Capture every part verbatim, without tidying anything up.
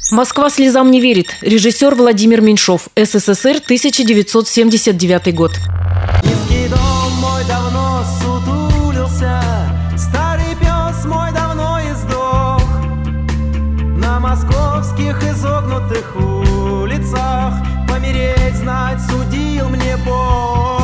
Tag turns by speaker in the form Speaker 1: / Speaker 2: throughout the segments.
Speaker 1: Москва слезам не верит. Режиссер Владимир Меньшов. СССР, тысяча девятьсот семьдесят девятый год.
Speaker 2: Низкий дом мой давно сутулился, старый пес мой давно издох. На московских изогнутых улицах помереть знать судил мне Бог.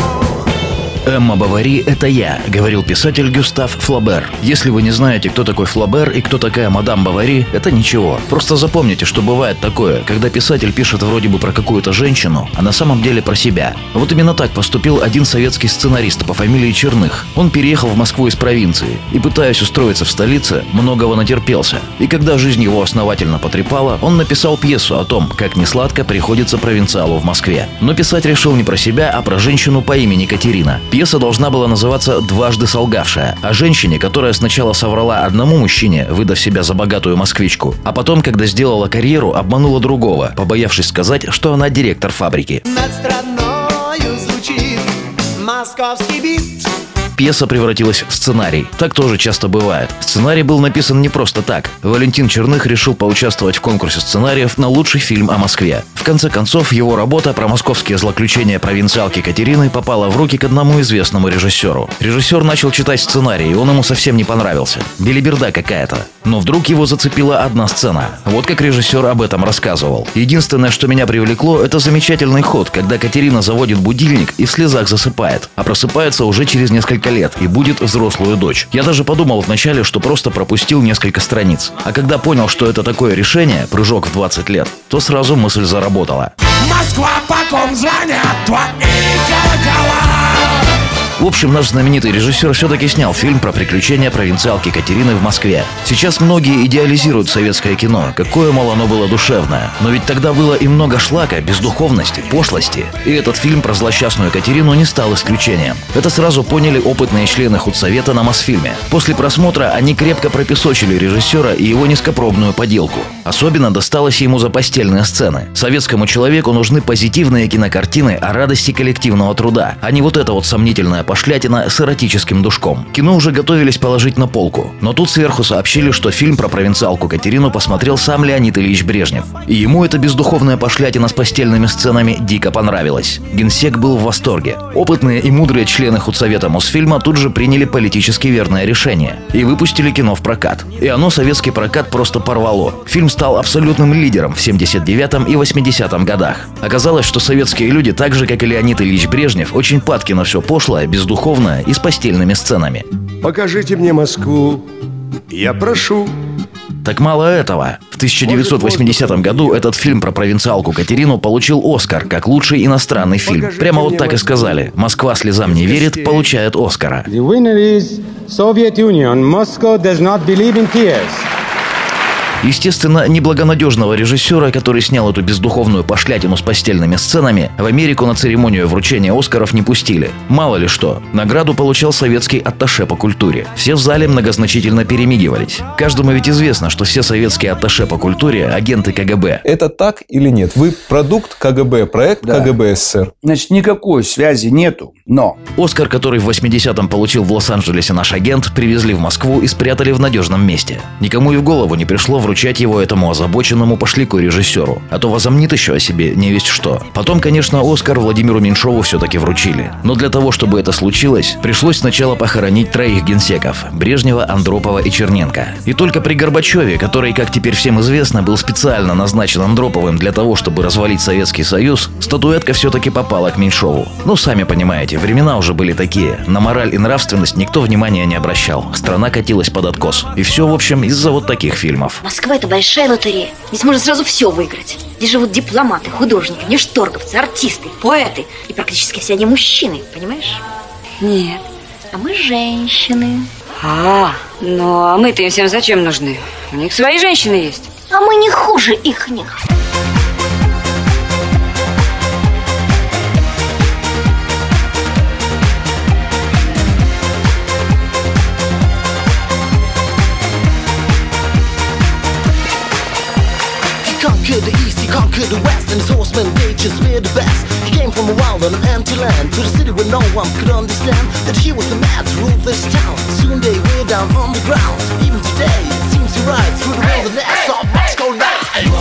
Speaker 3: «Эмма Бовари – это я», – говорил писатель Гюстав Флобер. Если вы не знаете, кто такой Флобер и кто такая мадам Бовари, это ничего. Просто запомните, что бывает такое, когда писатель пишет вроде бы про какую-то женщину, а на самом деле про себя. Вот именно так поступил один советский сценарист по фамилии Черных. Он переехал в Москву из провинции и, пытаясь устроиться в столице, многого натерпелся. И когда жизнь его основательно потрепала, он написал пьесу о том, как несладко приходится провинциалу в Москве. Но писать решил не про себя, а про женщину по имени Катерина. Пьеса должна была называться «Дважды солгавшая», о женщине, которая сначала соврала одному мужчине, выдав себя за богатую москвичку, а потом, когда сделала карьеру, обманула другого, побоявшись сказать, что она директор фабрики.
Speaker 2: Над страною звучит московский бит.
Speaker 3: Пьеса превратилась в сценарий. Так тоже часто бывает. Сценарий был написан не просто так. Валентин Черных решил поучаствовать в конкурсе сценариев на лучший фильм о Москве. В конце концов, его работа про московские злоключения провинциалки Катерины попала в руки к одному известному режиссеру. Режиссер начал читать сценарий, и он ему совсем не понравился. Белиберда какая-то. Но вдруг его зацепила одна сцена. Вот как режиссер об этом рассказывал. Единственное, что меня привлекло, это замечательный ход, когда Катерина заводит будильник и в слезах засыпает, а просыпается уже через несколько лет и будет взрослую дочь. Я даже подумал вначале, что просто пропустил несколько страниц. А когда понял, что это такое решение, прыжок в двадцать лет, то сразу мысль заработала.
Speaker 4: Москва, по ком звонят твои колокола?
Speaker 3: В общем, наш знаменитый режиссер все-таки снял фильм про приключения провинциалки Катерины в Москве. Сейчас многие идеализируют советское кино, какое, мол, оно было душевное. Но ведь тогда было и много шлака, бездуховности, пошлости. И этот фильм про злосчастную Катерину не стал исключением. Это сразу поняли опытные члены худсовета на Мосфильме. После просмотра они крепко пропесочили режиссера и его низкопробную поделку. Особенно досталось ему за постельные сцены. Советскому человеку нужны позитивные кинокартины о радости коллективного труда, а не вот это вот сомнительное пошлятина с эротическим душком. Кино уже готовились положить на полку, но тут сверху сообщили, что фильм про провинциалку Катерину посмотрел сам Леонид Ильич Брежнев. И ему эта бездуховная пошлятина с постельными сценами дико понравилась. Генсек был в восторге. Опытные и мудрые члены худсовета Мосфильма тут же приняли политически верное решение и выпустили кино в прокат. И оно советский прокат просто порвало. Фильм стал абсолютным лидером в семьдесят девятом и восьмидесятом годах. Оказалось, что советские люди, так же как и Леонид Ильич Брежнев, очень падки на все пошлое, бездуховное и с постельными сценами.
Speaker 5: Покажите мне Москву, я прошу.
Speaker 3: Так мало этого. В тысяча девятьсот восьмидесятом году этот фильм про провинциалку Катерину получил «Оскар» как лучший иностранный фильм. Прямо вот так и сказали. «Москва слезам не верит» получает «Оскара».
Speaker 6: The winner is Soviet Union. Moscow does not believe in tears.
Speaker 3: Естественно, неблагонадежного режиссера, который снял эту бездуховную пошлятину с постельными сценами, в Америку на церемонию вручения «Оскаров» не пустили. Мало ли что, награду получал советский атташе по культуре. Все в зале многозначительно перемигивались. Каждому ведь известно, что все советские атташе по культуре – агенты КГБ.
Speaker 7: Это так или нет? Вы продукт КГБ, проект да. КГБ СССР?
Speaker 8: Значит, никакой связи нету, но...
Speaker 3: «Оскар», который в восьмидесятом получил в Лос-Анджелесе наш агент, привезли в Москву и спрятали в надежном месте. Никому и в голову не пришло в вручать его этому озабоченному пошляку режиссеру, а то возомнит еще о себе не весть что. Потом, конечно, «Оскар» Владимиру Меньшову все-таки вручили. Но для того, чтобы это случилось, пришлось сначала похоронить троих генсеков – Брежнева, Андропова и Черненко. И только при Горбачеве, который, как теперь всем известно, был специально назначен Андроповым для того, чтобы развалить Советский Союз, статуэтка все-таки попала к Меньшову. Ну, сами понимаете, времена уже были такие. На мораль и нравственность никто внимания не обращал. Страна катилась под откос. И все, в общем, из-за вот таких фильмов.
Speaker 9: Москва – это большая лотерея. Здесь можно сразу все выиграть. Здесь живут дипломаты, художники, внешторговцы, артисты, поэты. И практически все они мужчины, понимаешь? Нет, а мы женщины.
Speaker 10: А, ну а мы-то им всем зачем нужны? У них свои женщины есть.
Speaker 9: А мы не хуже ихних.
Speaker 2: Conquered the east, he conquered the west, and his horsemen, they just were the best. He came from a wild and empty land to the city where no one could understand that he was the man to rule this town. Soon they were down on the ground. Even today, it seems he rides through the wilderness of Moscow now.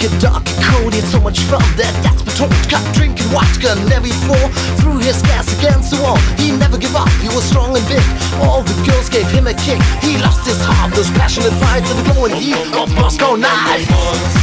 Speaker 2: get dark and cold, he had so much fun that that's been told. Kept drinking vodka, never fall threw his gas against the wall. He never gave up, he was strong and big. All the girls gave him a kick. He lost his heart, those passionate fights in the glowing heat of Moscow night.